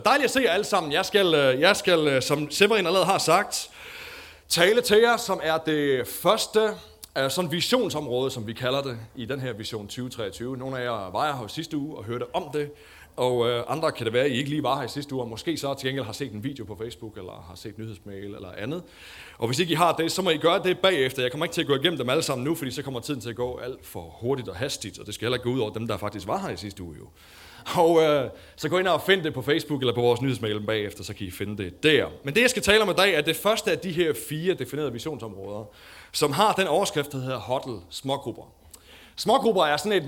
Dejligt at se jer alle sammen. Jeg skal, som Severin allerede har sagt, tale til jer, som er det første sådan visionsområde, som vi kalder det, i den her Vision 2023. Nogle af jer var her sidste uge og hørte om det, og andre kan det være, at I ikke lige var her i sidste uge, og måske så til gengæld har set en video på Facebook, eller har set nyhedsmail eller andet. Og hvis ikke I har det, så må I gøre det bagefter. Jeg kommer ikke til at gå igennem dem alle sammen nu, fordi så kommer tiden til at gå alt for hurtigt og hastigt, og det skal heller ikke gå ud over dem, der faktisk var her i sidste uge jo. Og så gå ind og find det på Facebook eller på vores nyhedsmail bagefter, så kan I finde det der. Men det, jeg skal tale om i dag, er det første af de her 4 definerede visionsområder, som har den overskrift, der hedder HODL, smågrupper. Smågrupper er sådan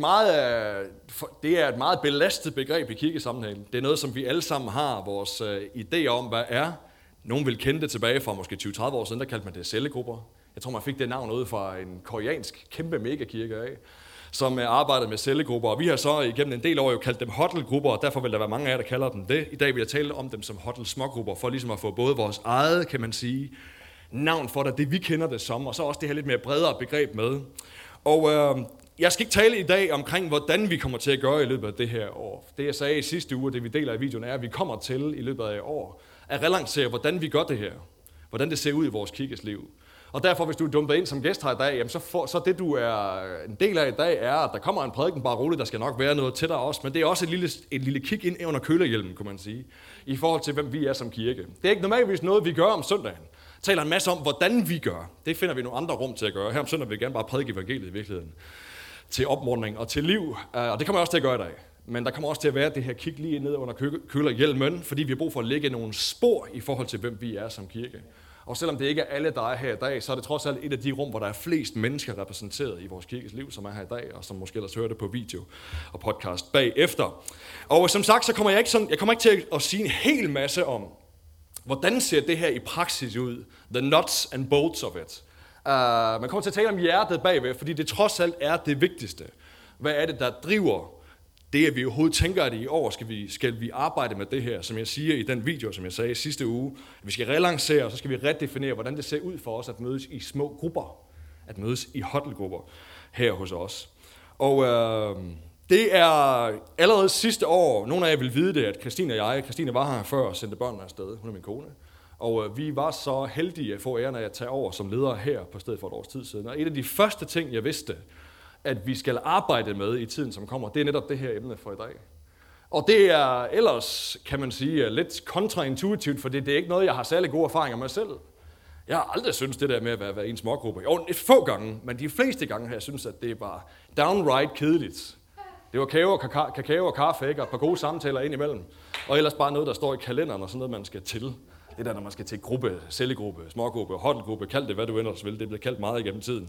et meget belastet begreb i kirkesammenhæng. Det er noget, som vi alle sammen har vores idéer om, hvad er. Nogen vil kende det tilbage fra måske 20-30 år siden, der kaldte man det cellegrupper. Jeg tror, man fik det navn ud fra en koreansk kæmpe megakirke af, som arbejdede med cellegrupper, og vi har så igennem en del år jo kaldt dem HODL-grupper, og derfor vil der være mange af jer, der kalder dem det. I dag vil jeg tale om dem som HODL-smågrupper, for ligesom at få både vores eget, kan man sige, navn for det vi kender det som, og så også det her lidt mere bredere begreb med. Og jeg skal ikke tale i dag omkring, hvordan vi kommer til at gøre i løbet af det her år. Det jeg sagde i sidste uge, og det vi deler i videoen, er, at vi kommer til i løbet af år at relancere, hvordan vi gør det her. Hvordan det ser ud i vores kirkes liv. Og derfor, hvis du er dumpet ind som gæst her i dag, jamen så det du er en del af i dag, er, at der kommer en prædiken, bare roligt, der skal nok være noget til dig også, men det er også et lille kig ind under kølerhjelmen, kunne man sige, i forhold til, hvem vi er som kirke. Det er ikke normalvis noget, vi gør om søndagen. Jeg taler en masse om, hvordan vi gør. Det finder vi nogle andre rum til at gøre. Her om søndag vil vi gerne bare prædike evangeliet i virkeligheden. Til opmuntring og til liv, og det kommer jeg også til at gøre i dag. Men der kommer også til at være det her kig lige ned under kølerhjelmen, fordi vi har brug for at lægge nogle spor i forhold til, hvem vi er som kirke. Og selvom det ikke er alle, der er her i dag, så er det trods alt et af de rum, hvor der er flest mennesker repræsenteret i vores kirkes liv, som er her i dag, og som måske ellers hører det på video og podcast bagefter. Og som sagt, så kommer jeg ikke til at sige en hel masse om, hvordan ser det her i praksis ud? The nuts and bolts of it. Man kommer til at tale om hjertet bagved, fordi det trods alt er det vigtigste. Hvad er det, der driver det, at vi overhovedet tænker, at i år skal vi arbejde med det her, som jeg siger i den video, som jeg sagde i sidste uge. Vi skal relancere, og så skal vi redefinere, hvordan det ser ud for os at mødes i små grupper. At mødes i HODL-grupper her hos os. Og det er allerede sidste år, nogle af jer vil vide det, at Christine var her før og sendte børnene afsted. Hun er min kone. Og vi var så heldige at få æren af at tage over som ledere her på stedet for et års tid siden. Og et af de første ting, jeg vidste, at vi skal arbejde med i tiden, som kommer, det er netop det her emne for i dag. Og det er ellers, kan man sige, lidt kontraintuitivt, for det er ikke noget, jeg har særlig gode erfaringer med selv. Jeg har aldrig syntes det der med at være en smågruppe. Jo, et få gange, men de fleste gange har jeg syntes, at det var downright kedeligt. Det var kakao og kaffe, ikke? Og et par gode samtaler ind imellem. Og ellers bare noget, der står i kalenderen, og sådan noget, man skal til. Det der, når man skal til gruppe, cellegruppe, smågruppe, HODL-gruppe, kald det, hvad du ellers vil. Det bliver kaldt meget igennem tiden.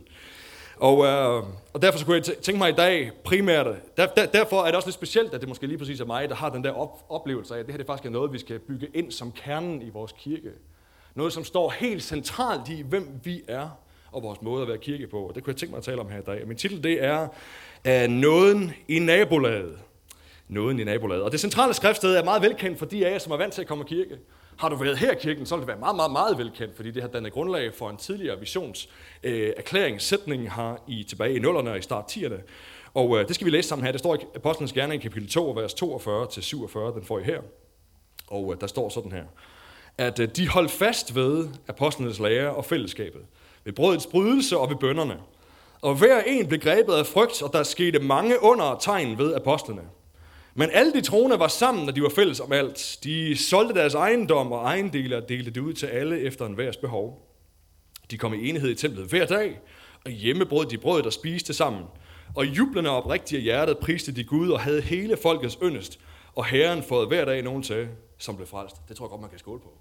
Og derfor så kunne jeg tænke mig i dag primært, derfor er det også lidt specielt, at det måske lige præcis er mig, der har den der oplevelse af, at det her det faktisk er noget, vi skal bygge ind som kernen i vores kirke. Noget, som står helt centralt i, hvem vi er, og vores måde at være kirke på. Og det kunne jeg tænke mig at tale om her i dag. Min titel det er Nåden i nabolaget. Nåden i nabolaget. Og det centrale skriftsted er meget velkendt for de af jer, som er vant til at komme i kirke. Har du været her i kirken, så vil det være meget, meget, meget velkendt, fordi det har dannet grundlag for en tidligere visionserklæringssætning her tilbage i 0'erne og i start 10'erne. Og det skal vi læse sammen her. Det står i Apostlenes Gerninger i kapitel 2, vers 42-47, den får I her. Og der står sådan her, at de holdt fast ved apostlenes lære og fællesskabet, ved brødets brydelse og ved bønnerne. Og hver en blev grebet af frygt, og der skete mange under og tegn ved apostlene. Men alle de troende var sammen, når de var fælles om alt. De solgte deres ejendom og ejendele og delte det ud til alle efter enhvers behov. De kom i enhed i templet hver dag, og hjemme brød de brødet og spiste sammen. Og jublende og oprigtigt af hjertet priste de Gud og havde hele folkets yndest, og Herren fået hver dag nogen til, som blev frelst. Det tror jeg godt, man kan skåle på.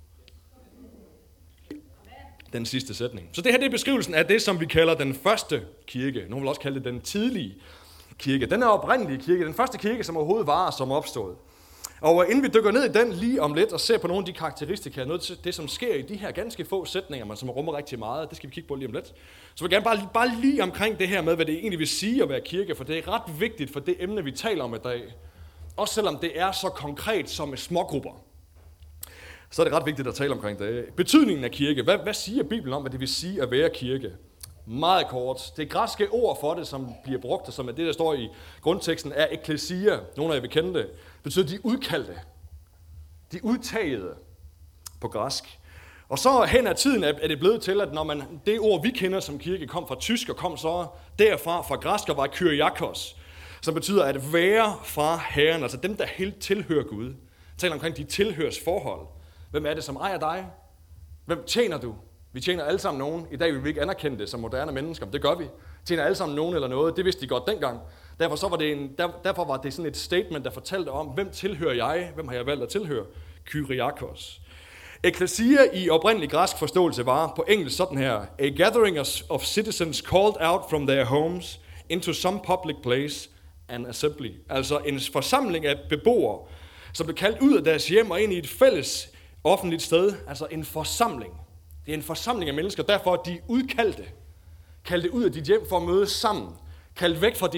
Den sidste sætning. Så det her det er beskrivelsen af det, som vi kalder den første kirke. Nogle vil også kalde det den tidlige kirke. Den er oprindelige kirke, den første kirke, som overhovedet var som opstået. Og inden vi dykker ned i den lige om lidt og ser på nogle af de karakteristika, noget til det, som sker i de her ganske få sætninger, men som rummer rigtig meget, det skal vi kigge på lige om lidt. Så vil jeg gerne bare lige omkring det her med, hvad det egentlig vil sige at være kirke, for det er ret vigtigt for det emne, vi taler om i dag. Også selvom det er så konkret som med smågrupper. Så er det ret vigtigt at tale omkring det. Betydningen af kirke. Hvad siger Bibelen om, hvad det vil sige at være kirke? Meget kort. Det græske ord for det, som bliver brugt, og som er det, der står i grundteksten, er ekklesia. Nogle af jer vil kende det. Det betyder de udkaldte. De udtagede på græsk. Og så hen ad tiden er det blevet til, at når det ord, vi kender som kirke, kom fra tysk og kom så derfra, fra græsk og var kyriakos, som betyder at være fra Herren, altså dem, der helt tilhører Gud. Jeg taler omkring de tilhørsforhold. Hvem er det, som ejer dig? Hvem tjener du? Vi tjener alle sammen nogen. I dag vil vi ikke anerkende det som moderne mennesker, men det gør vi. Vi tjener alle sammen nogen eller noget. Det vidste de godt dengang. Derfor var det sådan et statement, der fortalte om, hvem tilhører jeg? Hvem har jeg valgt at tilhøre? Kyriakos. Ekklesia i oprindelig græsk forståelse var på engelsk sådan her: a gathering of citizens called out from their homes into some public place, an assembly. Altså en forsamling af beboere, som blev kaldt ud af deres hjem og ind i et fælles offentligt sted. Altså en forsamling. Det er en forsamling af mennesker, derfor de udkaldte. Kaldte ud af dit hjem for at mødes sammen. Kaldt væk fra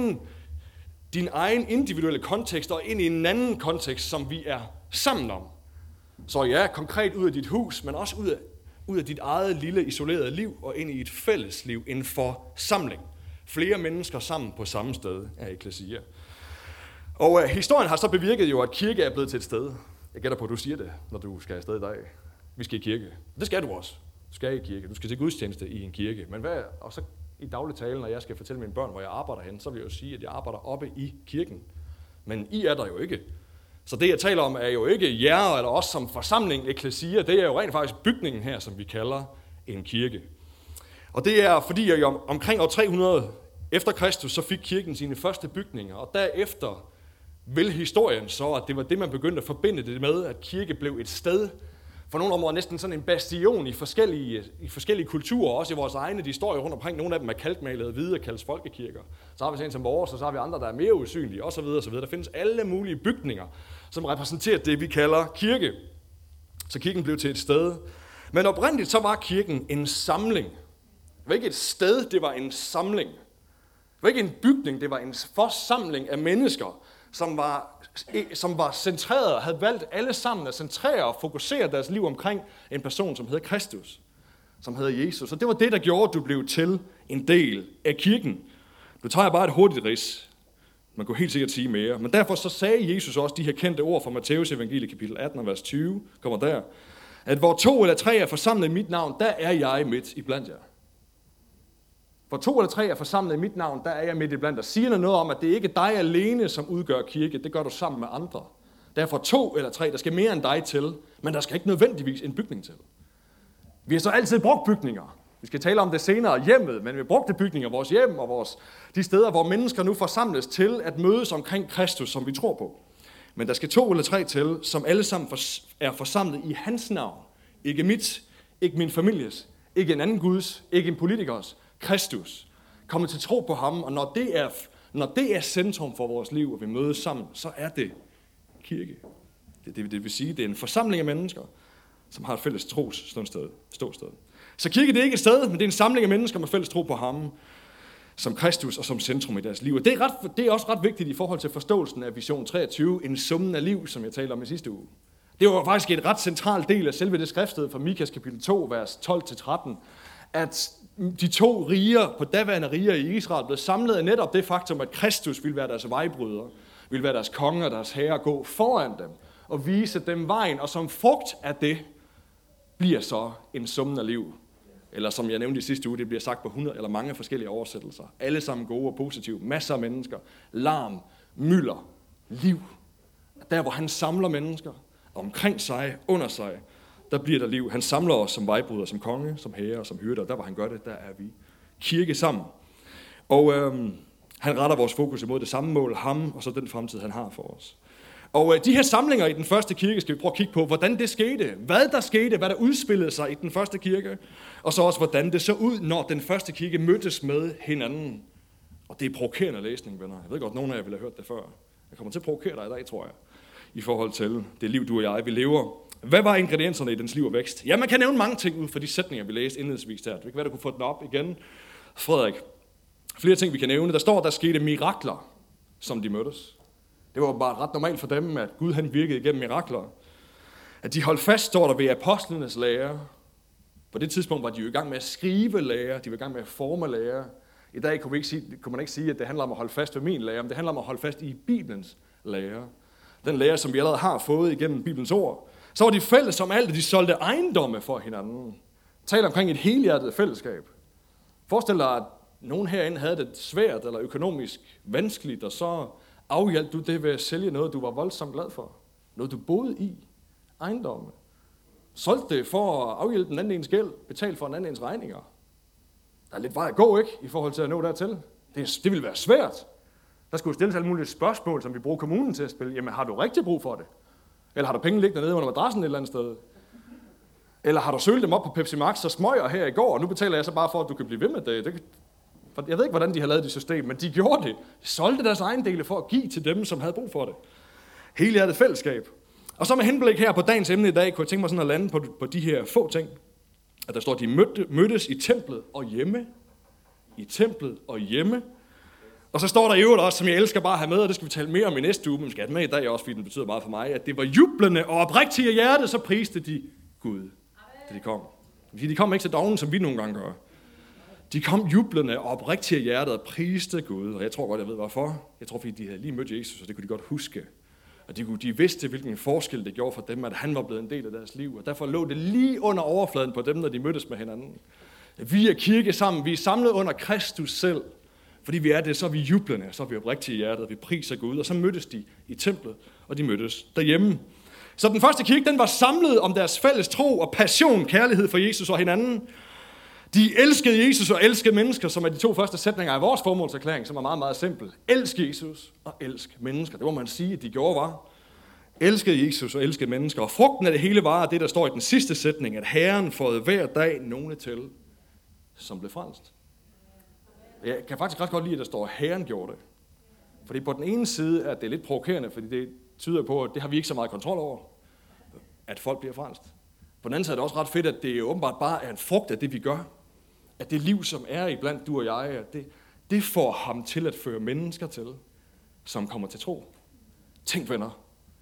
din egen individuelle kontekst og ind i en anden kontekst, som vi er sammen om. Så ja, konkret ud af dit hus, men også ud af dit eget lille isolerede liv og ind i et fælles liv, en forsamling. Flere mennesker sammen på samme sted er ekklesia. Og historien har så bevirket jo, at kirke er blevet til et sted. Jeg gætter på, at du siger det, når du skal afsted i dag. Vi skal i kirke. Det skal du også. Du skal i kirke. Du skal til gudstjeneste i en kirke. Men og så i daglig tale, når jeg skal fortælle mine børn, hvor jeg arbejder hen, så vil jeg jo sige, at jeg arbejder oppe i kirken. Men I er der jo ikke. Så det, jeg taler om, er jo ikke jer eller os som forsamling, ekklesia. Det er jo rent faktisk bygningen her, som vi kalder en kirke. Og det er fordi, at omkring år 300 efter Kristus, så fik kirken sine første bygninger. Og derefter vil historien så, at det var det, man begyndte at forbinde det med, at kirke blev et sted. For nogle områder næsten sådan en bastion i forskellige kulturer, også i vores egne. De står jo rundt omkring. Nogle af dem er kalkmalede hvide og kaldes folkekirker. Så har vi sådan en som vores, og så har vi andre, der er mere usynlige, osv. osv. Der findes alle mulige bygninger, som repræsenterer det, vi kalder kirke. Så kirken blev til et sted. Men oprindeligt så var kirken en samling. Det var ikke et sted, det var en samling. Det var ikke en bygning, det var en forsamling af mennesker, som var centreret og havde valgt alle sammen at centrere og fokusere deres liv omkring en person, som hed Kristus, som hed Jesus. Og det var det, der gjorde, at du blev til en del af kirken. Nu tager jeg bare et hurtigt rids. Man kunne helt sikkert sige mere. Men derfor så sagde Jesus også de her kendte ord fra Matteus evangeliet kapitel 18, vers 20, kommer der, at hvor 2 eller 3 er forsamlet i mit navn, der er jeg midt i blandt jer. Hvor 2 eller 3 er forsamlet i mit navn, der er jeg midt i blandt jer. Siger noget om, at det ikke er dig alene, som udgør kirke. Det gør du sammen med andre. Derfor 2 eller 3, der skal mere end dig til, men der skal ikke nødvendigvis en bygning til. Vi har så altid brugt bygninger. Vi skal tale om det senere, hjemmet, men vi brugte bygninger, vores hjem og de steder, hvor mennesker nu forsamles til at mødes omkring Kristus, som vi tror på. Men der skal 2 eller 3 til, som alle sammen er forsamlet i hans navn. Ikke mit, ikke min families, ikke en anden Guds, ikke en politikers. Kristus. Kommer til tro på ham, og når det er centrum for vores liv, og vi mødes sammen, så er det kirke. Det vil sige, det er en forsamling af mennesker, som har et fælles ståsted. Så kirke det er ikke et sted, men det er en samling af mennesker med fælles tro på ham, som Kristus og som centrum i deres liv. Og det er også ret vigtigt i forhold til forståelsen af vision 23, en summen af liv, som jeg talte om i sidste uge. Det var faktisk en ret central del af selve det skriftsted fra Mikas kapitel 2, vers 12-13, at de 2 riger, på daværende riger i Israel, blev samlet af netop det faktum, at Kristus ville være deres vejbryder, ville være deres konge og deres herre, gå foran dem og vise dem vejen, og som frugt af det bliver så en summen af liv. Eller som jeg nævnte i sidste uge, det bliver sagt på 100 eller mange forskellige oversættelser. Alle sammen gode og positive. Masser af mennesker. Larm, mylder, liv. Der, hvor han samler mennesker omkring sig, under sig, der bliver der liv. Han samler os som vejbryder, som konge, som herre og som hyrde, og der hvor han gør det, der er vi kirke sammen. Og han retter vores fokus imod det samme mål, ham og så den fremtid, han har for os. Og de her samlinger i den første kirke skal vi prøve at kigge på, hvordan det skete, hvad der skete, hvad der udspillede sig i den første kirke, og så også hvordan det så ud, når den første kirke mødtes med hinanden. Og det er provokerende læsning, venner. Jeg ved godt, nogen af jer ville have hørt det før. Jeg kommer til at provokere dig i dag, tror jeg, i forhold til det liv, du og jeg, vi lever. Hvad var ingredienserne i dens liv og vækst? Ja, man kan nævne mange ting ud fra de sætninger, vi læste indledningsvis her. Det kan være, du kunne få den op igen. Frederik, flere ting, vi kan nævne. Der står, der skete mirakler, som de mødtes. Det var bare ret normalt for dem, at Gud han virkede igennem mirakler. At de holdt fast, står der, ved apostlenes lære. På det tidspunkt var de jo i gang med at skrive lære. De var i gang med at forme lære. I dag kunne man ikke sige, at det handler om at holde fast ved min lære, men det handler om at holde fast i Bibelens lære. den lære, som vi allerede har fået igennem Bibelens ord, så var de fælles om alt, de solgte ejendomme for hinanden. Tal omkring et helhjertet fællesskab. Forestil dig, at nogen herinde havde det svært eller økonomisk vanskeligt, og så afhjalp du det ved at sælge noget, du var voldsomt glad for. Noget, du boede i. Ejendomme. Solgte det for at afhjælpe den anden ens gæld, betale for en anden ens regninger. Der er lidt vej at gå, ikke, i forhold til at nå dertil. Det vil være svært. Der skulle stilles alle mulige spørgsmål, som vi bruger kommunen til at spille. Jamen, har du rigtig brug for det? Eller har du penge liggende nede under madrassen et eller andet sted? Eller har du søgt dem op på Pepsi Max og smøger her i går, og nu betaler jeg så bare for, at du kan blive ved med det? Jeg ved ikke, hvordan de har lavet det system, men de gjorde det. De solgte deres ejendele for at give til dem, som havde brug for det. Helhjertet fællesskab. Og så med henblik her på dagens emne i dag, kunne jeg tænke mig sådan at lande på de her få ting. At der står, at de mødtes i templet og hjemme. I templet og hjemme. Og så står der i øvrigt også, som jeg elsker bare at have med, og det skal vi tale mere om i næste uge, men skal have med i dag også, fordi den betyder meget for mig, at det var jublende og oprigtige hjerte, så priste de Gud, da de kom. Fordi de kom ikke så dogne, som vi nogle gange gør. De kom jublende og oprigtige hjerte og priste Gud, og jeg tror godt, jeg ved hvorfor. Jeg tror, fordi de havde lige mødt Jesus, og det kunne de godt huske. Og de vidste, hvilken forskel det gjorde for dem, at han var blevet en del af deres liv. Og derfor lå det lige under overfladen på dem, når de mødtes med hinanden. Vi er kirke sammen, vi er samlet under Kristus selv. Fordi vi er det, så er vi jublende, så er vi oprigtige i hjertet, vi priser Gud. Og så mødtes de i templet, og de mødtes derhjemme. Så den første kirke, den var samlet om deres fælles tro og passion, kærlighed for Jesus og hinanden. De elskede Jesus og elskede mennesker, som er de to første sætninger af vores formålserklæring, som er meget, meget simpel. Elsk Jesus og elsk mennesker. Det må man sige, at de gjorde var. Elskede Jesus og elskede mennesker. Og frugten af det hele var det, der står i den sidste sætning, at Herren får hver dag nogle til, som blev frelst. Jeg kan faktisk ret godt lide, at der står, at Herren gjorde det. Fordi på den ene side er det lidt provokerende, fordi det tyder på, at det har vi ikke så meget kontrol over, at folk bliver frelst. På den anden side er det også ret fedt, at det åbenbart bare er en frugt af det, vi gør. At det liv, som er iblandt du og jeg, at det får ham til at føre mennesker til, som kommer til tro. Tænk, venner.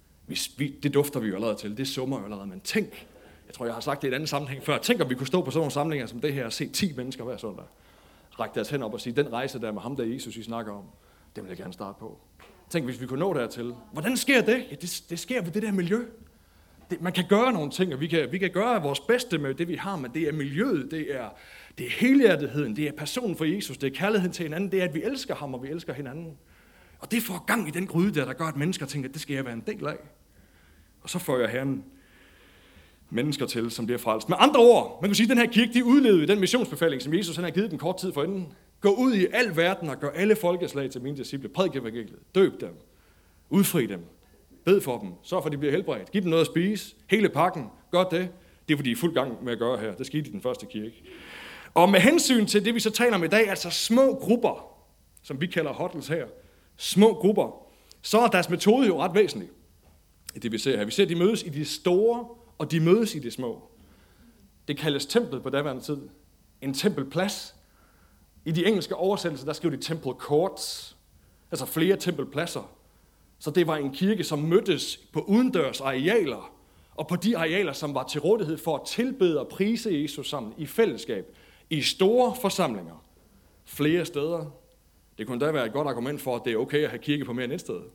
Det dufter vi jo allerede til. Det summer jo allerede. Men tænk, jeg tror, jeg har sagt det i et andet sammenhæng før. Tænk, om vi kunne stå på sådan nogle samlinger som det her og se 10 mennesker hver søndag. Række deres hænder op og sige, den rejse der med ham, der Jesus, I snakker om, det vil jeg gerne starte på. Tænk, hvis vi kunne nå dertil. Hvordan sker det? Ja, det sker ved det der miljø. Man kan gøre nogle ting, og vi kan gøre vores bedste med det, vi har, men det er miljøet, det er helhjertetheden, det er passionen for Jesus, det er kærligheden til hinanden, det er, at vi elsker ham, og vi elsker hinanden. Og det får gang i den gryde der gør, at mennesker tænker, at det skal jeg være en del af. Og så får jeg Herren mennesker til, som bliver frelst. Med andre ord, man kan sige, at den her kirke, de udlevede den missionsbefaling, som Jesus han har givet den kort tid forinden. Gå ud i al verden og gør alle folkeslag til mine disciple. Prædik evangeliet. Døb dem. Udfri dem. Bed for dem. Sørg for, at de bliver helbredt. Giv dem noget at spise. Hele pakken. Gør det. Det er, fordi I er fuld gang med at gøre her. Det skete i den første kirke. Og med hensyn til det, vi så taler om i dag, altså små grupper, som vi kalder huddles her, små grupper, så er deres metode jo ret væsentlig. Det vi ser her. Vi ser, at de mødes i de store, og de mødes i de små. Det kaldes templet på daværende tid. En tempelplads. I de engelske oversættelser, der skriver de temple courts, altså flere tempelpladser. Så det var en kirke, som mødtes på udendørs arealer, og på de arealer, som var til rådighed for at tilbede og prise Jesus sammen i fællesskab, i store forsamlinger, flere steder. Det kunne da være et godt argument for, at det er okay at have kirke på mere end et sted.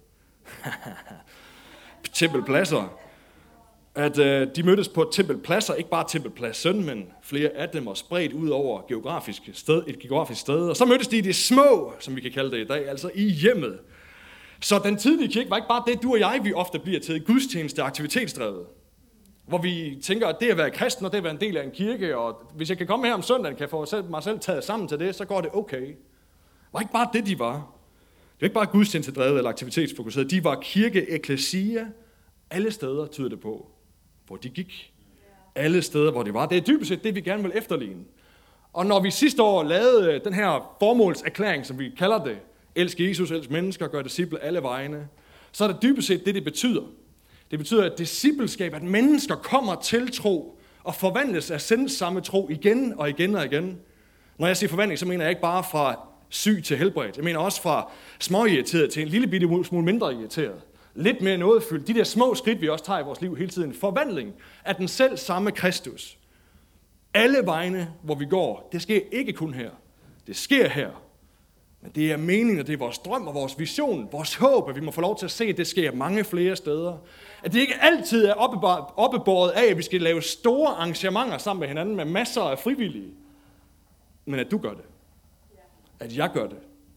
Tempelpladser. At de mødtes på tempelpladser, ikke bare tempelpladsen, men flere af dem og spredt ud over et geografisk sted. Og så mødtes de i det små, som vi kan kalde det i dag, altså i hjemmet. Så den tidlige kirke var ikke bare det, du og jeg, vi ofte bliver til gudstjeneste aktivitetsdrevet. Hvor vi tænker, at det at være kristen og det at være en del af en kirke, og hvis jeg kan komme her om søndagen, kan jeg få mig selv taget sammen til det, så går det okay. Det var ikke bare det, de var. Det var ikke bare gudstjenestedrevet eller aktivitetsfokuseret. De var kirke, ekklesia, alle steder tyder det på, hvor de gik. Alle steder, hvor de var. Det er dybest set det, vi gerne vil efterligne. Og når vi sidste år lavede den her formålserklæring, som vi kalder det, elsk Jesus, elsk mennesker, gør disciple alle vegne, så er det dybest set det betyder. Det betyder, at discipleskab, at mennesker kommer til tro og forvandles af samme tro igen og igen og igen. Når jeg siger forvandling, så mener jeg ikke bare fra syg til helbredt. Jeg mener også fra småirriteret til en lille bitte smule mindre irriteret. Lidt mere nådefyldt. De der små skridt, vi også tager i vores liv hele tiden. Forvandling af den selv samme Kristus. Alle vegne, hvor vi går, det sker ikke kun her. Det sker her. Men det er meningen, og det er vores drøm og vores vision, vores håb, at vi må få lov til at se, at det sker mange flere steder. At det ikke altid er oppebåret af, at vi skal lave store arrangementer sammen med hinanden med masser af frivillige. Men at du gør det. At jeg gør det.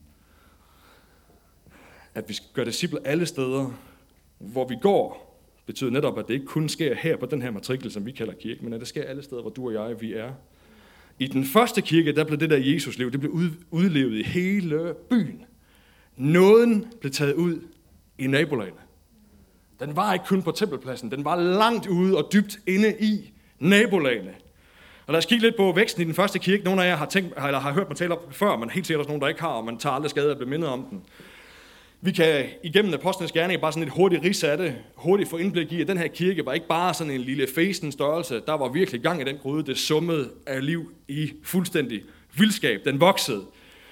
At vi skal gøre disciple alle steder, hvor vi går, betyder netop, at det ikke kun sker her på den her matrikel, som vi kalder kirke, men at det sker alle steder, hvor du og jeg, vi er. I den første kirke, der blev det der Jesusliv, det blev udlevet i hele byen. Nåden blev taget ud i nabolagene. Den var ikke kun på tempelpladsen, den var langt ude og dybt inde i nabolagene. Og lad os kigge lidt på væksten i den første kirke. Nogle af jer har hørt mig tale om det før, men helt sikkert også nogen, der ikke har, og man tager aldrig skade at blive mindet om den. Vi kan igennem apostlenes gerninger bare sådan et hurtigt rids af det, hurtigt få indblik i, at den her kirke var ikke bare sådan en lille fesen størrelse. Der var virkelig gang i den gryde, det summede af liv i fuldstændig vildskab. Den voksede.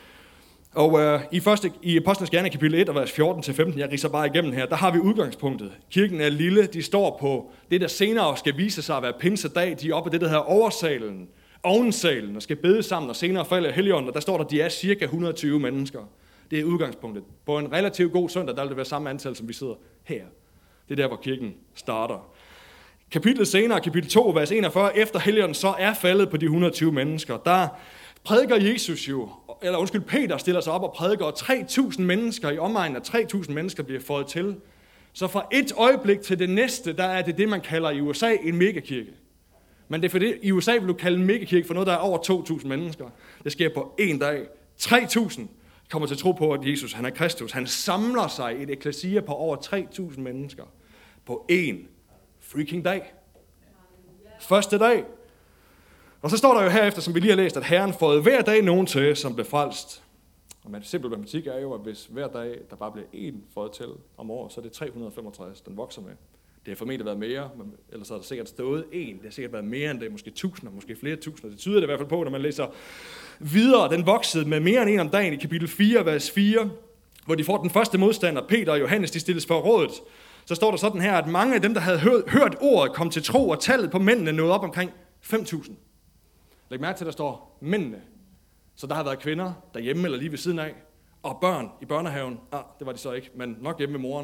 Og i apostlenes gerninger kapitel 1, vers 14-15, jeg ridser bare igennem her, der har vi udgangspunktet. Kirken er lille, de står på det, der senere skal vise sig at være pinsedag. De er oppe af det, der hedder oversalen, ovensalen, og skal bede sammen, og senere falder Helligånden, og der står der, de er cirka 120 mennesker. Det er udgangspunktet. På en relativt god søndag, der vil det være samme antal, som vi sidder her. Det er der, hvor kirken starter. Kapitlet senere, kapitel 2, vers 41, efter Helligånden så er faldet på de 120 mennesker, der prædiker Jesus jo, Peter stiller sig op og prædiker, og 3.000 mennesker i omegnen af 3.000 mennesker bliver fået til. Så fra et øjeblik til det næste, der er det, man kalder i USA en megakirke. Men det er for det, i USA vil du kalde en megakirke for noget, der er over 2.000 mennesker. Det sker på en dag. 3.000 kommer til at tro på, at Jesus han er Kristus. Han samler sig i et eklesia på over 3.000 mennesker på en freaking dag. Første dag. Og så står der jo herefter, som vi lige har læst, at Herren fået hver dag nogen til, som blev frelst. Og simpel matematik er jo, at hvis hver dag, der bare bliver én fået til om året, så er det 365, den vokser med. Det har formentlig været mere, men ellers har der sikkert stået én. Det har sikkert været mere end det, måske tusinder, måske flere tusinder. Det tyder det i hvert fald på, når man læser videre. Den voksede med mere end en om dagen i kapitel 4, vers 4, hvor de får den første modstander, Peter og Johannes, de stilles for rådet. Så står der sådan her, at mange af dem, der havde hørt ordet, kom til tro, og tallet på mændene nåede op omkring 5.000. Læg mærke til, at der står mændene. Så der har været kvinder derhjemme eller lige ved siden af, og børn i børnehaven. Det var de så ikke, men nok hjemme med moren.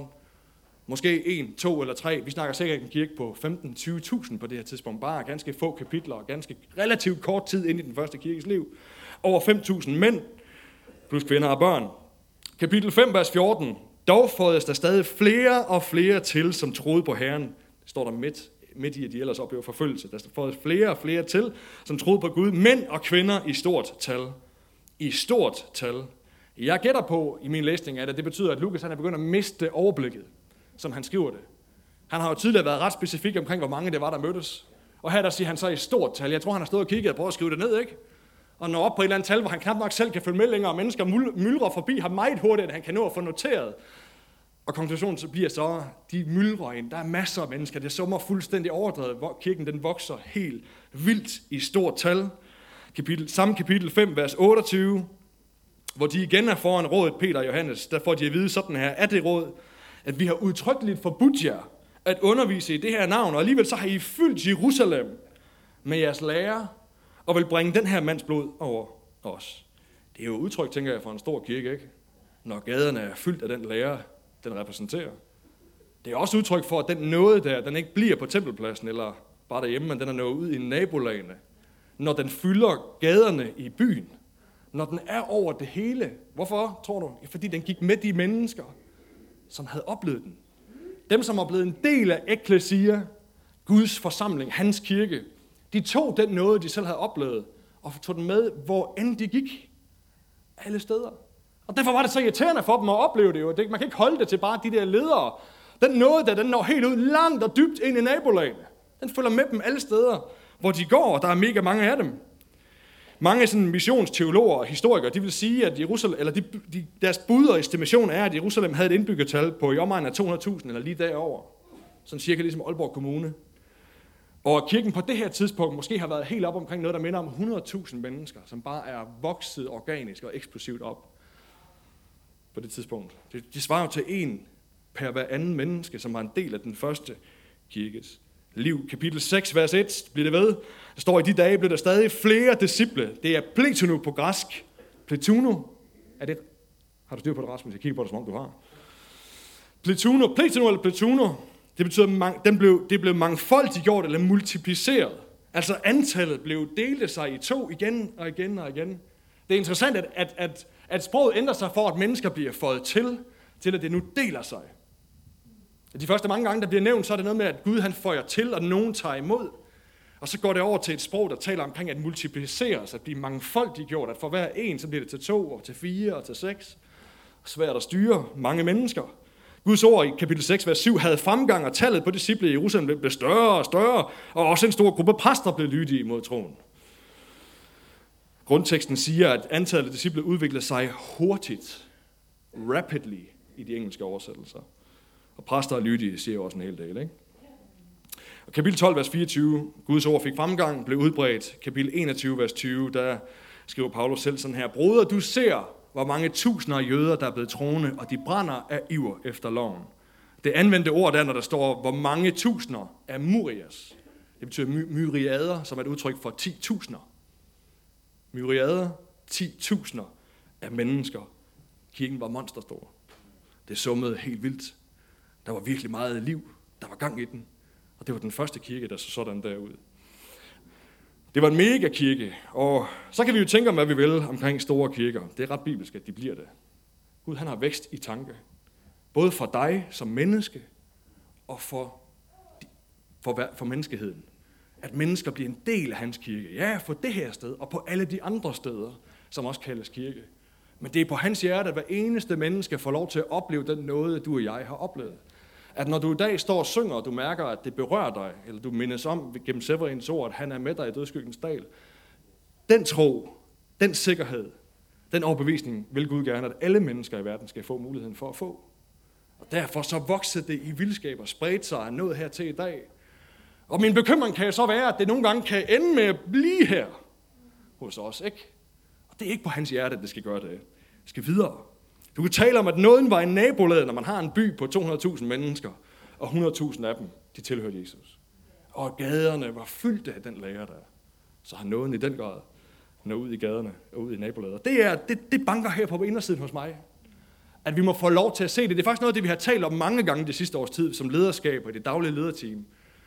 Måske 1, 2 eller 3. Vi snakker sikkert en kirke på 15-20.000 på det her tidspunkt. Bare ganske få kapitler og ganske relativt kort tid ind i den første kirkes liv. Over 5.000 mænd plus kvinder og børn. Kapitel 5, vers 14. Dog fåedes der stadig flere og flere til, som troede på Herren. Det står der midt i, at de ellers oplever forfølgelse. Der fåedes flere og flere til, som troede på Gud. Mænd og kvinder i stort tal. I stort tal. Jeg gætter på i min læsning, at det betyder, at Lukas han er begyndt at miste overblikket, som han skriver det. Han har jo tidligere været ret specifik omkring, hvor mange det var, der mødtes. Og her der siger han så i stort tal. Jeg tror, han har stået og kigget og prøvet at skrive det ned, ikke? Og når op på et eller andet tal, hvor han knap nok selv kan følge med længere, og mennesker myldrer forbi ham meget hurtigt, at han kan nå at få noteret. Og konklusionen så bliver så, de myldrer ind. Der er masser af mennesker. Det summer fuldstændig overdrevet. Kirken den vokser helt vildt i stort tal. Samme kapitel 5, vers 28, hvor de igen er foran rådet, Peter og Johannes. Der får de at vide sådan her, er det råd, at vi har udtrykkeligt forbudt jer at undervise i det her navn, og alligevel så har I fyldt Jerusalem med jeres lære, og vil bringe den her mands blod over os. Det er jo udtryk, tænker jeg, for en stor kirke, ikke? Når gaderne er fyldt af den lære, den repræsenterer. Det er også udtryk for, at den nåde der, den ikke bliver på tempelpladsen, eller bare derhjemme, men den er nået ud i nabolagene. Når den fylder gaderne i byen. Når den er over det hele. Hvorfor, tror du? Fordi den gik med de mennesker, som havde oplevet den. Dem, som var blevet en del af eklesia, Guds forsamling, hans kirke, de tog den nåde, de selv havde oplevet, og tog den med, hvor end de gik. Alle steder. Og derfor var det så irriterende for dem at opleve det jo. Man kan ikke holde det til bare de der ledere. Den nåde der, den når helt ud langt og dybt ind i nabolagene. Den følger med dem alle steder, hvor de går, og der er mega mange af dem. Mange sådan missionsteologer og historikere, de vil sige, at Jerusalem, eller deres bud og estimation er, at Jerusalem havde et indbyggertal på i omegnen af 200.000, eller lige derover. Sådan cirka ligesom Aalborg Kommune. Og kirken på det her tidspunkt måske har været helt op omkring noget, der minder om 100.000 mennesker, som bare er vokset organisk og eksplosivt op på det tidspunkt. De svarer jo til en per hver anden menneske, som var en del af den første kirkes liv. Kapitel 6, vers 1 bliver det ved. Der står, i de dage blev der stadig flere disciple. Det er pletuno på græsk. Pletuno, er det et Har du styr på det, Rasmus? Jeg kigger på det, som om du har. Pletuno, det betyder, det blev mangfoldiggjort eller multipliceret. Altså antallet blev delte sig i to igen og igen og igen. Det er interessant, at sproget ændrer sig for, at mennesker bliver fået til at det nu deler sig. De første mange gange, der bliver nævnt, så er det noget med, at Gud han føjer til, og nogen tager imod. Og så går det over til et sprog, der taler omkring at multipliceres, at blive mangfoldiggjort, at for hver en, så bliver det til 2, og til 4, og til 6. Svært at styre mange mennesker. Guds ord i kapitel 6, vers 7, havde fremgang, og tallet på disciple i Jerusalem blev større og større, og også en stor gruppe præster blev lydige mod troen. Grundteksten siger, at antallet af disciple udviklede sig hurtigt, rapidly, i de engelske oversættelser. Og præster og lydige siger jo også en hel del, ikke? Og kapitel 12, vers 24, Guds ord fik fremgang, blev udbredt. Kapitel 21, vers 20, der skriver Paulus selv sådan her: Broder, du ser, hvor mange tusinder af jøder, der er blevet troende, og de brænder af iver efter loven. Det anvendte ord der, når der står, hvor mange tusinder af Murias. Det betyder myriader, som er et udtryk for 10.000. Myriader, 10.000 af mennesker. Kirken var monsterstor. Det summede helt vildt. Der var virkelig meget liv. Der var gang i den. Og det var den første kirke, der så sådan derud. Det var en mega kirke, og så kan vi jo tænke om, hvad vi vil omkring store kirker. Det er ret bibelsk, at de bliver det. Gud, han har vækst i tanke. Både for dig som menneske, og for menneskeheden. At mennesker bliver en del af hans kirke. Ja, for det her sted, og på alle de andre steder, som også kaldes kirke. Men det er på hans hjerte, at hver eneste menneske får lov til at opleve den nåde, du og jeg har oplevet. At når du i dag står og synger, og du mærker, at det berører dig, eller du mindes om gennem Severins ord, at han er med dig i dødsskyggens dal, den tro, den sikkerhed, den overbevisning vil Gud gerne, at alle mennesker i verden skal få muligheden for at få. Og derfor så voksede det i vildskab og spredte sig og nået her til i dag. Og min bekymring kan så være, at det nogle gange kan ende med at blive her hos os, ikke? Og det er ikke på hans hjerte, at det skal gøre det. Det skal videre. Du kan tale om, at nåden var en nabolag, når man har en by på 200.000 mennesker, og 100.000 af dem, de tilhørte Jesus. Og gaderne var fyldt af den lære der. Så har nåden i den grad nået ud i gaderne og ud i nabolaget. Det banker her på indersiden hos mig. At vi må få lov til at se det. Det er faktisk noget af det, vi har talt om mange gange det sidste års tid, som lederskab og det daglige lederteam.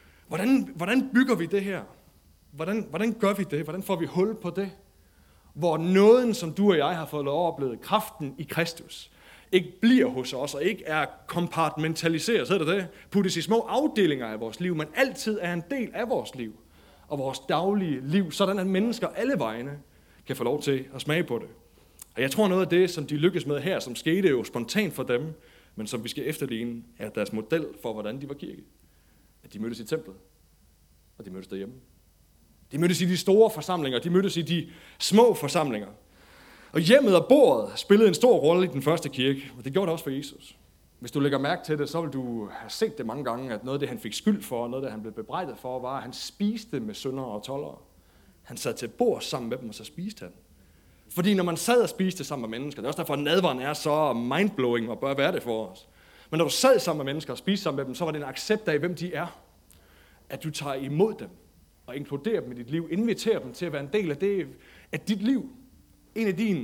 Hvordan bygger vi det her? Hvordan gør vi det? Hvordan får vi hul på det? Hvor nåden, som du og jeg har fået lov at opleve, kraften i Kristus, ikke bliver hos os, og ikke er kompartmentaliseret, så er det, puttes i små afdelinger af vores liv, men altid er en del af vores liv, og vores daglige liv, sådan at mennesker alle vegne kan få lov til at smage på det. Og jeg tror noget af det, som de lykkes med her, som skete jo spontant for dem, men som vi skal efterligne, er deres model for, hvordan de var kirke. At de mødtes i templet, og de mødtes derhjemme. De mødtes i de store forsamlinger, de mødtes i de små forsamlinger. Og hjemmet og bordet spillede en stor rolle i den første kirke, og det gjorde det også for Jesus. Hvis du lægger mærke til det, så vil du have set det mange gange, at noget af det, han fik skyld for, og noget af det, han blev bebrejdet for, var, at han spiste med syndere og toldere. Han sad til bord sammen med dem, og så spiste han. Fordi når man sad og spiste sammen med mennesker, det er også derfor, at nadveren er så mindblowing og bør være det for os. Men når du sad sammen med mennesker og spiste sammen med dem, så var det en accept af, hvem de er. At du tager imod dem og inkluderer dem i dit liv, inviterer dem til at være en del af det, af dit liv. En af din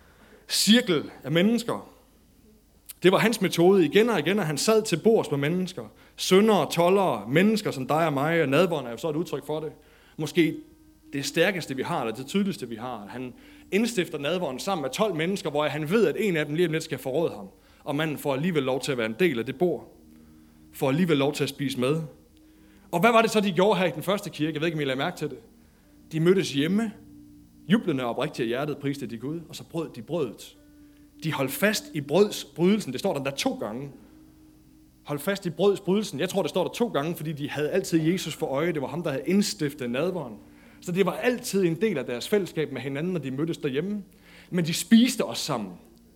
cirkel af mennesker. Det var hans metode igen og igen, at han sad til bords med mennesker. Syndere, toldere, mennesker som dig og mig, og nadveren er jo så et udtryk for det. Måske det stærkeste, vi har, eller det tydeligste, vi har. Han indstifter nadveren sammen med 12 mennesker, hvor han ved, at en af dem lige om lidt skal forråde ham. Og manden får alligevel lov til at være en del af det bord. Får alligevel lov til at spise med. Og hvad var det så, de gjorde her i den første kirke? Jeg ved ikke, om I lagde mærke til det. De mødtes hjemme, jublende og oprigtigt af hjertet, priste de Gud, og så brød de brødet. De holdt fast i brødsbrydelsen. Det står der 2 gange. Hold fast i brødsbrydelsen. Jeg tror, det står der 2 gange, fordi de havde altid Jesus for øje. Det var ham, der havde indstiftet nadveren. Så det var altid en del af deres fællesskab med hinanden, når de mødtes derhjemme. Men de spiste også sammen.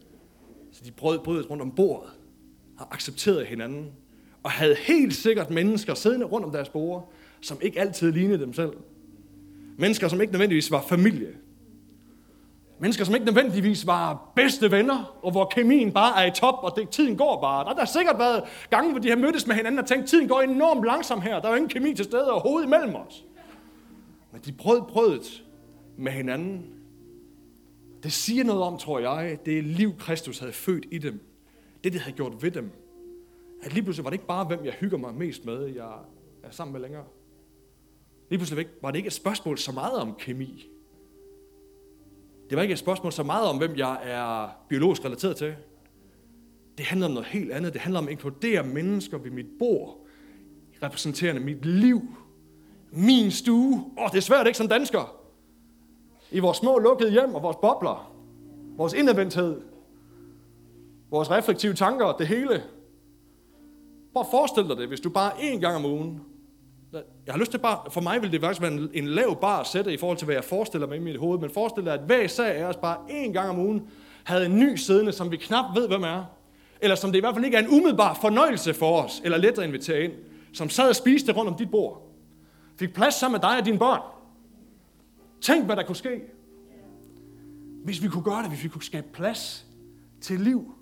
Så de brød brødet rundt om bordet og accepterede hinanden. Og havde helt sikkert mennesker siddende rundt om deres bord, som ikke altid lignede dem selv. Mennesker, som ikke nødvendigvis var familie. Mennesker, som ikke nødvendigvis var bedste venner, og hvor kemien bare er i top, og tiden går bare. Der har sikkert været gange, hvor de har mødtes med hinanden og tænkt, tiden går enormt langsomt her. Der er jo ingen kemi til stede overhovedet imellem os. Men de brød brødet med hinanden. Det siger noget om, tror jeg, det liv, Kristus havde født i dem. Det havde gjort ved dem. At lige pludselig var det ikke bare, hvem jeg hygger mig mest med, jeg er sammen med længere. Lige pludselig var det ikke et spørgsmål så meget om kemi. Det var ikke et spørgsmål så meget om, hvem jeg er biologisk relateret til. Det handler om noget helt andet. Det handler om at inkludere mennesker ved mit bord, repræsenterende mit liv, min stue. Det er svært ikke som dansker. I vores små lukkede hjem og vores bobler, vores indadvendthed, vores reflektive tanker, det hele. Bare forestil dig det, hvis du bare én gang om ugen. Jeg har lyst til bare, for mig vil det faktisk være en lav bar at sætte i forhold til, hvad jeg forestiller mig i mit hoved, men forestil dig, at hver sag af os bare én gang om ugen havde en ny siddende, som vi knap ved, hvem er. Eller som det i hvert fald ikke er en umiddelbar fornøjelse for os, eller let at invitere ind, som sad og spiste rundt om dit bord. Fik plads sammen med dig og dine børn. Tænk, hvad der kunne ske, hvis vi kunne gøre det, hvis vi kunne skabe plads til liv.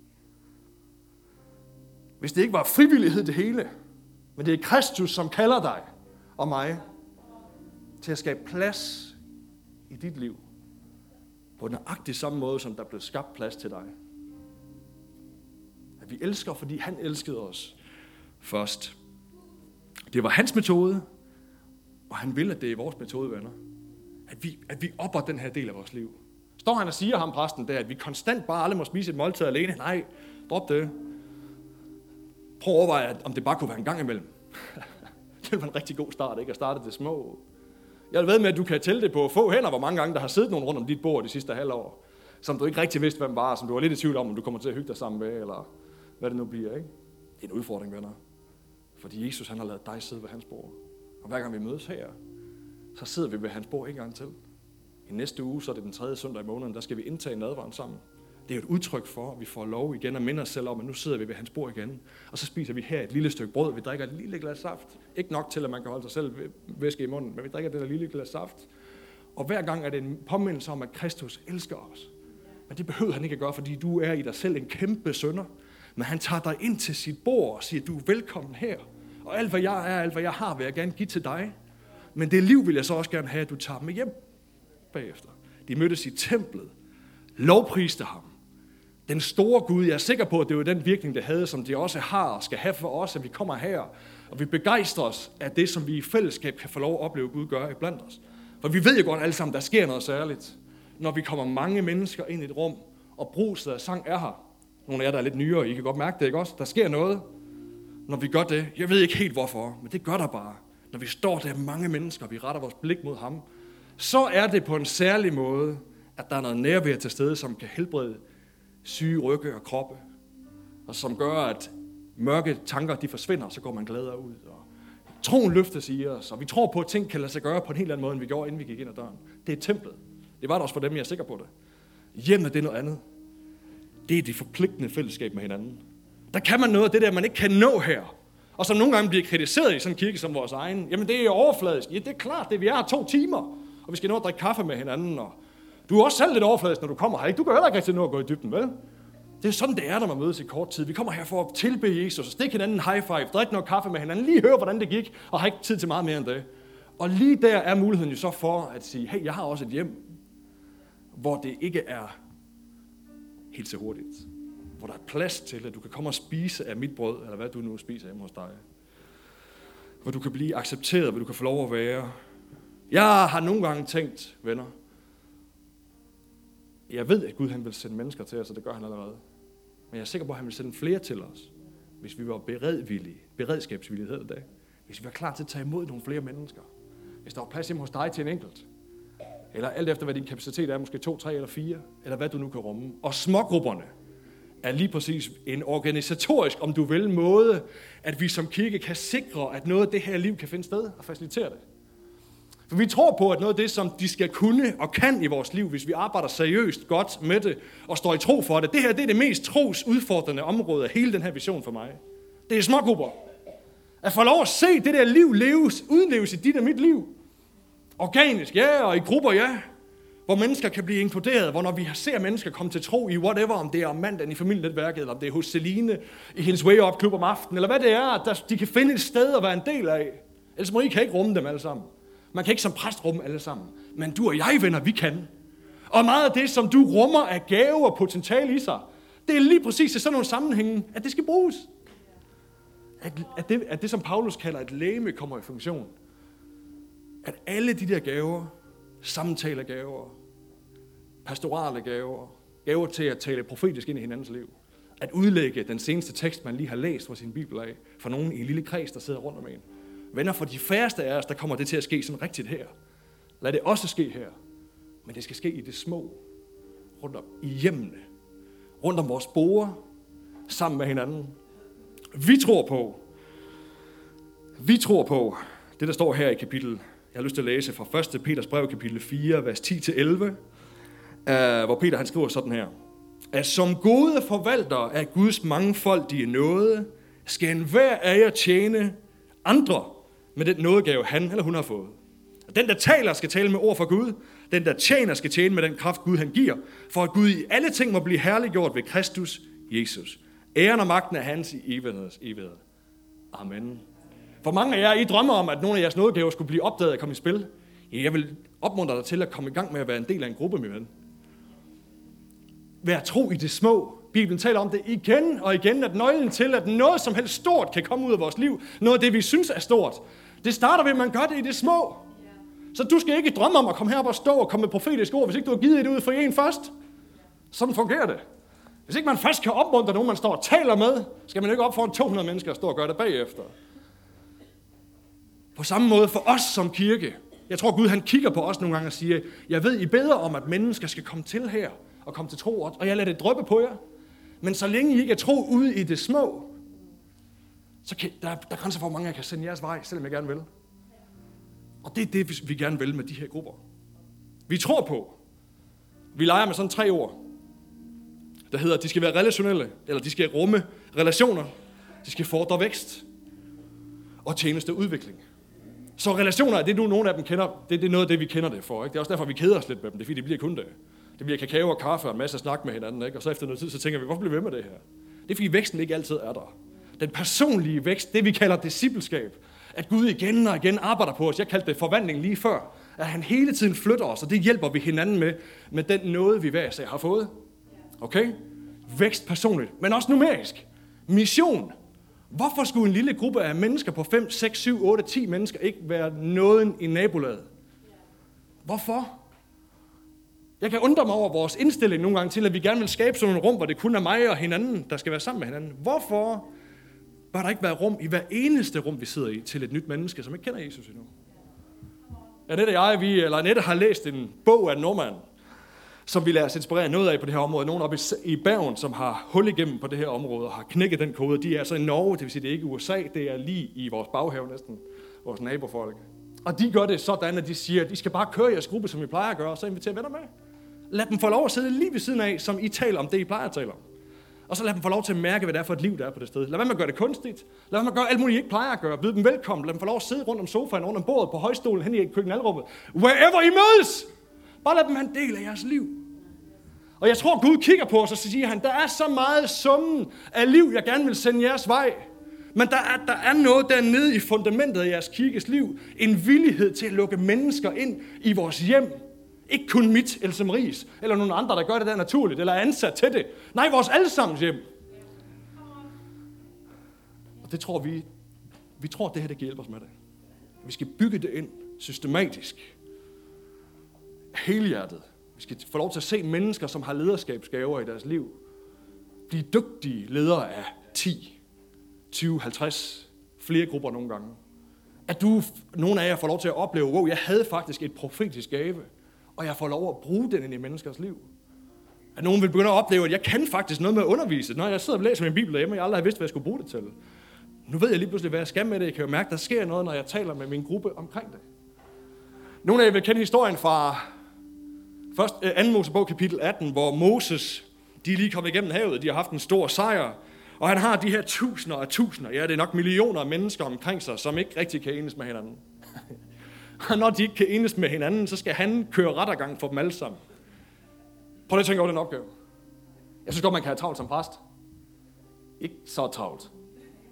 Hvis det ikke var frivillighed det hele, men det er Kristus, som kalder dig og mig til at skabe plads i dit liv. På nøjagtig samme måde, som der blev skabt plads til dig. At vi elsker, fordi han elskede os først. Det var hans metode, og han vil, at det er vores metode, venner. At vi opper den her del af vores liv. Står han og siger ham, præsten, der, at vi konstant bare aldrig må spise et måltid alene? Nej, drop det. Prøv at overveje, om det bare kunne være en gang imellem. Det ville være en rigtig god start, ikke? At starte det små. Jeg ved med, at du kan tælle det på få hænder, hvor mange gange der har siddet nogen rundt om dit bord de sidste halvår, som du ikke rigtig vidste, hvem var, som du var lidt i tvivl om du kommer til at hygge dig sammen med, eller hvad det nu bliver, ikke? Det er en udfordring, venner. Fordi Jesus, han har ladet dig sidde ved hans bord. Og hver gang vi mødes her, så sidder vi ved hans bord en gang til. I næste uge, så er det den 3. søndag i måneden, der skal vi indtage nadveren sammen. Det er jo et udtryk for, at vi får lov igen at minde os selv om, at nu sidder vi ved hans bord igen. Og så spiser vi her et lille stykke brød, vi drikker et lille glas saft. Ikke nok til, at man kan holde sig selv væske i munden, men vi drikker det der lille glas saft. Og hver gang er det en påmindelse om, at Kristus elsker os. Men det behøver han ikke at gøre, fordi du er i dig selv en kæmpe synder. Men han tager dig ind til sit bord og siger, du er velkommen her. Og alt hvad jeg er, alt hvad jeg har, vil jeg gerne give til dig. Men det liv vil jeg så også gerne have, at du tager med hjem bagefter. De mødtes i templet, lovpriste ham. Den store Gud, jeg er sikker på, at det var den virkning, det havde, som de også har og skal have for os, at vi kommer her, og vi begejstrer os af det, som vi i fællesskab kan få lov at opleve, Gud gør iblandt os. For vi ved jo godt alle sammen, der sker noget særligt, når vi kommer mange mennesker ind i et rum, og bruset af sang er her. Nogle af jer, der er lidt nyere, I kan godt mærke det, ikke også? Der sker noget, når vi gør det. Jeg ved ikke helt hvorfor, men det gør der bare. Når vi står der mange mennesker, og vi retter vores blik mod ham, så er det på en særlig måde, at der er noget nærvær til stede, som kan helbrede syge rygge og kroppe, og som gør, at mørke tanker de forsvinder, så går man gladere ud. Og troen løftes i os, og vi tror på, at ting kan lade sig gøre på en helt anden måde, end vi gjorde, inden vi gik ind ad døren. Det er templet. Det var det også for dem, jeg er sikker på det. Hjemmet, det er noget andet. Det er det forpligtende fællesskab med hinanden. Der kan man noget af det der, man ikke kan nå her, og som nogle gange bliver kritiseret i sådan en kirke som vores egen. Jamen det er overfladisk. Ja, det er klart, det vi er 2 timer, og vi skal nå at drikke kaffe med hinanden, og du er også selv lidt overfladisk, når du kommer her, ikke? Du kan heller ikke rigtig nå at gå i dybden, vel? Det er sådan, det er, når man mødes i kort tid. Vi kommer her for at tilbede Jesus, og stikke hinanden en high five, drikke noget kaffe med hinanden, lige høre, hvordan det gik, og har ikke tid til meget mere end det. Og lige der er muligheden jo så for at sige, hey, jeg har også et hjem, hvor det ikke er helt så hurtigt. Hvor der er plads til, at du kan komme og spise af mit brød, eller hvad du nu spiser hjemme hos dig. Hvor du kan blive accepteret, hvor du kan få lov at være. Jeg har nogle gange tænkt, venner, jeg ved, at Gud han vil sende mennesker til os, og det gør han allerede. Men jeg er sikker på, at han vil sende flere til os, hvis vi var beredskabsvillige hedder det. Hvis vi var klar til at tage imod nogle flere mennesker. Hvis der var plads hjemme hos dig til en enkelt. Eller alt efter, hvad din kapacitet er, måske 2, 3 eller 4, eller hvad du nu kan rumme. Og smågrupperne er lige præcis en organisatorisk, om du vil, måde, at vi som kirke kan sikre, at noget af det her liv kan finde sted og facilitere det. For vi tror på, at noget af det, som de skal kunne og kan i vores liv, hvis vi arbejder seriøst godt med det og står i tro for det, det her det er det mest trosudfordrende område af hele den her vision for mig. Det er smågrupper. At få lov at se det der liv udleves i dit og mit liv. Organisk, ja, og i grupper, ja. Hvor mennesker kan blive inkluderet, hvor når vi ser mennesker komme til tro i whatever, om det er om mandagen i familienetværket, eller om det er hos Celine i hendes Way Up klub om aftenen, eller hvad det er, at de kan finde et sted at være en del af. Ellers kan ikke rumme dem alle sammen. Man kan ikke som præst rumme alle sammen. Men du og jeg, venner, vi kan. Og meget af det, som du rummer af gave og potentiale i sig, det er lige præcis i sådan nogle sammenhænge, at det skal bruges. At det, som Paulus kalder et legeme, kommer i funktion. At alle de der gaver, samtalegaver, pastorale gaver, gaver til at tale profetisk ind i hinandens liv, at udlægge den seneste tekst, man lige har læst fra sin bibel af, for nogen i en lille kreds, der sidder rundt om en. Venner, for de færreste af os, der kommer det til at ske sådan rigtigt her. Lad det også ske her. Men det skal ske i det små, rundt om i hjemmene, rundt om vores borde, sammen med hinanden. Vi tror på det, der står her i kapitel, jeg har lyst til at læse fra 1. Peters brev, kapitel 4, vers 10-11, hvor Peter han skriver sådan her. At som gode forvaltere af Guds mangfoldige nåde, skal enhver af jer tjene andre med den nådegave, han eller hun har fået. Den, der taler, skal tale med ord fra Gud. Den, der tjener, skal tjene med den kraft, Gud han giver, for at Gud i alle ting må blive herliggjort ved Kristus Jesus. Æren og magten er hans i evighed. Amen. For mange af jer, I drømmer om, at nogle af jeres nådegaver skulle blive opdaget og komme i spil. Ja, jeg vil opmuntre dig til at komme i gang med at være en del af en gruppe, min ven. Vær tro i det små. Bibelen taler om det igen og igen, at nøglen til, at noget som helst stort kan komme ud af vores liv, noget af det, vi synes er stort, det starter ved, at man gør det i det små. Så du skal ikke drømme om at komme herop og stå og komme med profetisk ord, hvis ikke du har givet det ud for en først. Sådan fungerer det. Hvis ikke man først kan opmuntre nogen, man står og taler med, skal man ikke op foran 200 mennesker og stå og gøre det bagefter. På samme måde for os som kirke. Jeg tror, Gud han kigger på os nogle gange og siger, jeg ved, I bedre om, at mennesker skal komme til her og komme til tro, og jeg lader det dryppe på jer. Men så længe I ikke er tro ude i det små, så kan, der er grænser for, hvor mange jeg kan sende jeres vej, selvom jeg gerne vil. Og det er det, vi gerne vil med de her grupper. Vi tror på, vi leger med sådan 3 ord, der hedder, at de skal være relationelle, eller de skal rumme relationer, de skal fordre vækst og tjenesteudvikling. Så relationer er det, nogle af dem kender, det er noget af det, vi kender det for. Ikke? Det er også derfor, vi keder os lidt med dem, det er fordi, det bliver kun det. Det bliver kakao og kaffe og en masse snak med hinanden, ikke? Og så efter noget tid, så tænker vi, hvorfor bliver vi ved med det her? Det er fordi, væksten ikke altid er der. Den personlige vækst, det vi kalder discipleskab, at Gud igen og igen arbejder på os. Jeg kaldte det forvandling lige før. At han hele tiden flytter os, og det hjælper vi hinanden med den nåde, vi hver især har fået. Okay? Vækst personligt, men også numerisk. Mission. Hvorfor skulle en lille gruppe af mennesker på 5, 6, 7, 8, 10 mennesker ikke være nåden i nabolaget? Hvorfor? Jeg kan undre mig over vores indstilling nogle gange til, at vi gerne vil skabe sådan en rum, hvor det kun er mig og hinanden, der skal være sammen med hinanden. Hvorfor bør der ikke være rum i hver eneste rum, vi sidder i, til et nyt menneske, som ikke kender Jesus endnu? Annette har læst en bog af en nordmand, som vi lader os inspirere noget af på det her område. Nogen oppe i Bergen, som har hul igennem på det her område og har knækket den kode. De er altså i Norge, det vil sige, det er ikke USA, det er lige i vores baghave næsten, vores nabofolk. Og de gør det sådan, at de siger, at I skal bare køre jeres gruppe, som I plejer at gøre, og så inviterer venner med. Lad dem få lov at sidde lige ved siden af, som I taler om det, I plejer at tale om. Og så lad dem få lov til at mærke, hvad det er for et liv, der er på det sted. Lad være med at gøre det kunstigt. Lad være med at gøre alt muligt, I ikke plejer at gøre. Byd dem velkommen. Lad dem få lov at sidde rundt om sofaen, rundt om bordet, på højstolen, hen i køkkenalrummet. Wherever I mødes! Bare lad dem have en del af jeres liv. Og jeg tror, Gud kigger på os, og så siger han, der er så meget summen af liv, jeg gerne vil sende jeres vej. Men der er noget dernede i fundamentet af jeres kirkes liv. En villighed til at lukke mennesker ind i vores hjem. Ikke kun mit, Else Maries, eller nogen andre, der gør det der naturligt, eller er ansat til det. Nej, vores allesammens hjem. Og det tror vi tror, at det her det kan hjælpe os med det. Vi skal bygge det ind systematisk. Helhjertet. Vi skal få lov til at se mennesker, som har lederskabsgaver i deres liv. Blive dygtige ledere af 10, 20, 50, flere grupper nogle gange. At nogle af jer får lov til at opleve, wow, jeg havde faktisk et profetisk gave, og jeg får lov at bruge den ind i menneskers liv. At nogen vil begynde at opleve, at jeg kan faktisk noget med at undervise. Når jeg sidder og læser min bibel derhjemme, og jeg aldrig har vidst, hvad jeg skulle bruge det til. Nu ved jeg lige pludselig, hvad jeg skal med det. Jeg kan jo mærke, at der sker noget, når jeg taler med min gruppe omkring det. Nogle af jer vil kende historien fra 2. Mosebog kapitel 18, hvor Moses, de er lige kommet igennem havet, de har haft en stor sejr, og han har de her tusinder og tusinder, ja det er nok millioner af mennesker omkring sig, som ikke rigtig kan enes med hinanden. Og når de ikke kan enes med hinanden, så skal han køre rettergang for dem alle sammen. Prøv lige at tænke over den opgave. Jeg synes godt, man kan have travlt som præst. Ikke så travlt.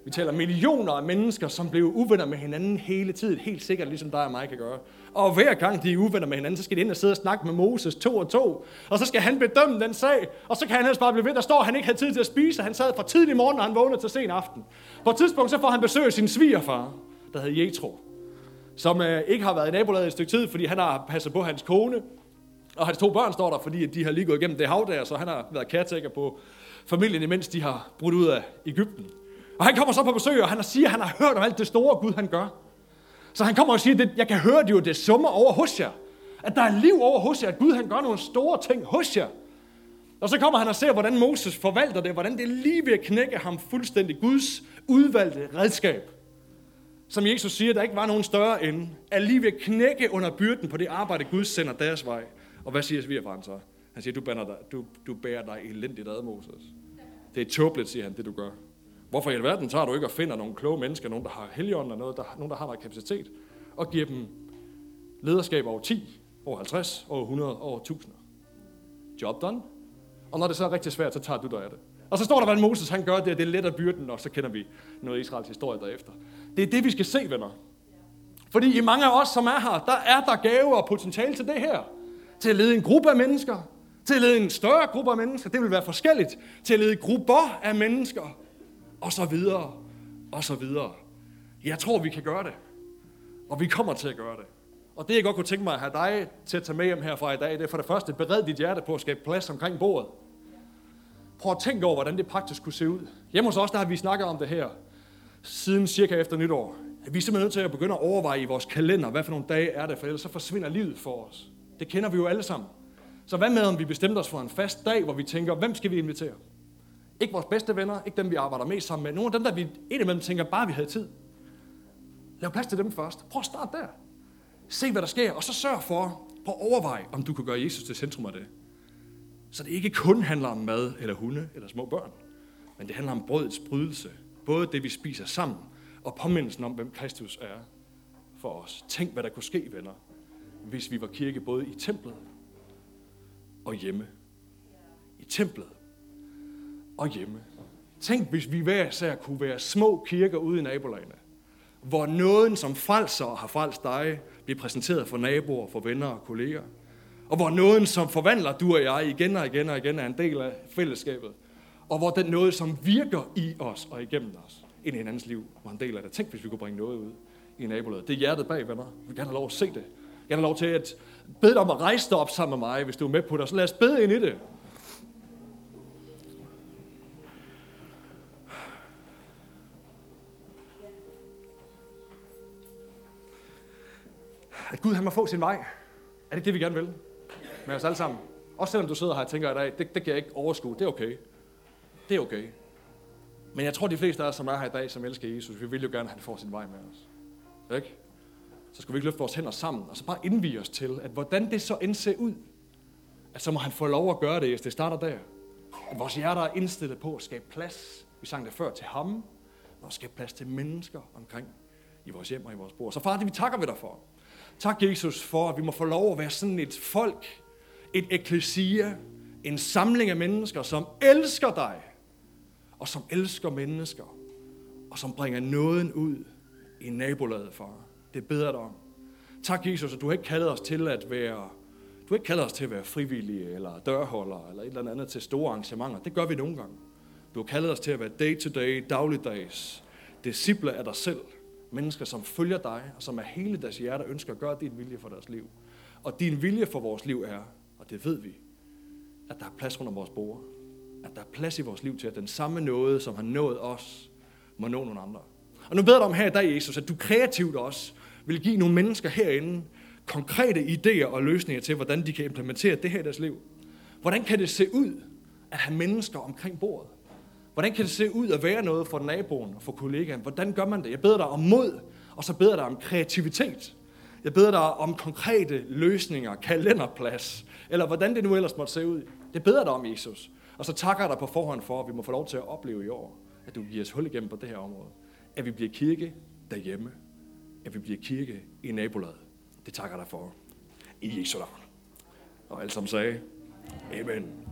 Vi taler millioner af mennesker, som blev uvenner med hinanden hele tiden, helt sikkert ligesom dig og mig kan gøre. Og hver gang de er uvenner med hinanden, så skal de ind og sidde og snakke med Moses 2 og 2. Og så skal han bedømme den sag, og så kan han helst bare blive ved. Der står, at han ikke havde tid til at spise, han sad fra tidlig morgen, og han vågnede til sen aften. På et tidspunkt så får han besøg af sin svigerfar, der hed Jethro, som ikke har været i nabolaget et stykke tid, fordi han har passet på hans kone. Og hans 2 børn står der, fordi de har lige gået igennem det hav der, så han har været caretaker på familien, imens de har brudt ud af Egypten. Og han kommer så på besøg, og han siger, at han har hørt om alt det store Gud, han gør. Så han kommer og siger, at jeg kan høre det jo, det summer over hos jer. At der er liv over hos jer, at Gud han gør nogle store ting hos jer. Og så kommer han og ser, hvordan Moses forvalter det, hvordan det er lige ved at knække ham fuldstændig Guds udvalgte redskab. Som Jesus siger, der ikke var nogen større end, er lige ved at knække under byrden på det arbejde, Gud sender deres vej. Og hvad siger svigerfaren så? Han siger, du bærer dig elendigt ad, Moses. Det er tåbeligt, siger han, det du gør. Hvorfor i alverden tager du ikke og finder nogle kloge mennesker, nogen der har helligånden og nogen der har noget kapacitet, og giver dem lederskab over 10, over 50, over 100, over 1000. Job done. Og når det så er rigtig svært, så tager du dig af det. Og så står der, hvad Moses han gør, det letter byrden, og så kender vi noget Israels historie derefter. Det er det, vi skal se, venner. Fordi i mange af os, som er her, der er der gaver og potentiale til det her. Til at lede en gruppe af mennesker, til at lede en større gruppe af mennesker, det vil være forskelligt, til at lede grupper af mennesker, og så videre, og så videre. Jeg tror, vi kan gøre det. Og vi kommer til at gøre det. Og det, jeg godt kunne tænke mig at have dig til at tage med hjem herfra i dag, det er for det første, bered dit hjerte på at skabe plads omkring bordet. Prøv at tænke over, hvordan det praktisk kunne se ud. Hjemme hos os, der har vi snakket om det her, siden cirka efter nytår. Vi er simpelthen nødt til at begynde at overveje i vores kalender, hvad for nogle dage er det, for ellers så forsvinder livet for os. Det kender vi jo alle sammen. Så hvad med, om vi bestemte os for en fast dag, hvor vi tænker, hvem skal vi invitere? Ikke vores bedste venner, ikke dem, vi arbejder mest sammen med. Nogle af dem, der vi indimellem tænker, bare vi havde tid. Lav plads til dem først. Prøv at starte der. Se, hvad der sker, og så sørg for at overveje, om du kan gøre Jesus til centrum af det. Så det ikke kun handler om mad eller hunde eller små børn, men det handler om brødets brydelse. Både det, vi spiser sammen, og påmindelsen om, hvem Kristus er for os. Tænk, hvad der kunne ske, venner, hvis vi var kirke både i templet og hjemme. I templet og hjemme. Tænk, hvis vi hver især kunne være små kirker ude i nabolagene, hvor nåden som frelser og har frelst dig, bliver præsenteret for naboer, for venner og kolleger. Og hvor nåden som forvandler du og jeg igen og igen og igen er en del af fællesskabet. Og hvor den noget, som virker i os og igennem os, ind i hinandens liv, var en del af det. Tænk, hvis vi kunne bringe noget ud i nabolaget. Det er hjertet bag, venner. Vi vil gerne have lov at se det. Jeg vil gerne have lov til at bede dig om at rejse dig op sammen med mig, hvis du er med på det. Så lad os bede ind i det. At Gud han må få sin vej. Er det ikke det, vi gerne vil? Med os alle sammen. Også selvom du sidder her og tænker i dag, det kan jeg ikke overskue. Det er okay. Det er okay. Men jeg tror, de fleste af os, som er her i dag, som elsker Jesus, vi vil jo gerne, at han får sin vej med os. Ikke? Så skal vi ikke løfte vores hænder sammen, og så bare indvige os til, at hvordan det så end ser ud, at så må han få lov at gøre det, hvis det starter der. At vores hjerter er indstillet på at skabe plads. Vi sang det før til ham, og skabe plads til mennesker omkring i vores hjem og i vores bord. Så far, det vi takker ved dig for. Tak, Jesus, for at vi må få lov at være sådan et folk, et ekklesia, en samling af mennesker, som elsker dig, og som elsker mennesker, og som bringer nåden ud i nabolaget, far. Det beder dig om. Tak, Jesus, at du har ikke kaldet os til at være, frivillige, eller dørholdere, eller et eller andet til store arrangementer. Det gør vi nogle gange. Du har kaldet os til at være day-to-day, dagligdags, disciple af dig selv. Mennesker, som følger dig, og som af hele deres hjerte ønsker at gøre din vilje for deres liv. Og din vilje for vores liv er, og det ved vi, at der er plads rundt om vores bord. At der er plads i vores liv til, at den samme nåde, som har nået os, må nå nogle andre. Og nu beder jeg dig om her i dag, Jesus, at du kreativt også vil give nogle mennesker herinde konkrete idéer og løsninger til, hvordan de kan implementere det her i deres liv. Hvordan kan det se ud at have mennesker omkring bordet? Hvordan kan det se ud at være noget for naboen og for kollegaen? Hvordan gør man det? Jeg beder dig om mod, og så beder jeg dig om kreativitet. Jeg beder dig om konkrete løsninger, kalenderplads, eller hvordan det nu ellers måtte se ud. Det beder dig om, Jesus. Og så takker jeg dig på forhånd for, at vi må få lov til at opleve i år, at du giver os hul igennem på det her område. At vi bliver kirke derhjemme. At vi bliver kirke i nabolaget. Det takker jeg dig for. I Jesu navn. Og alle sammen sagde, amen.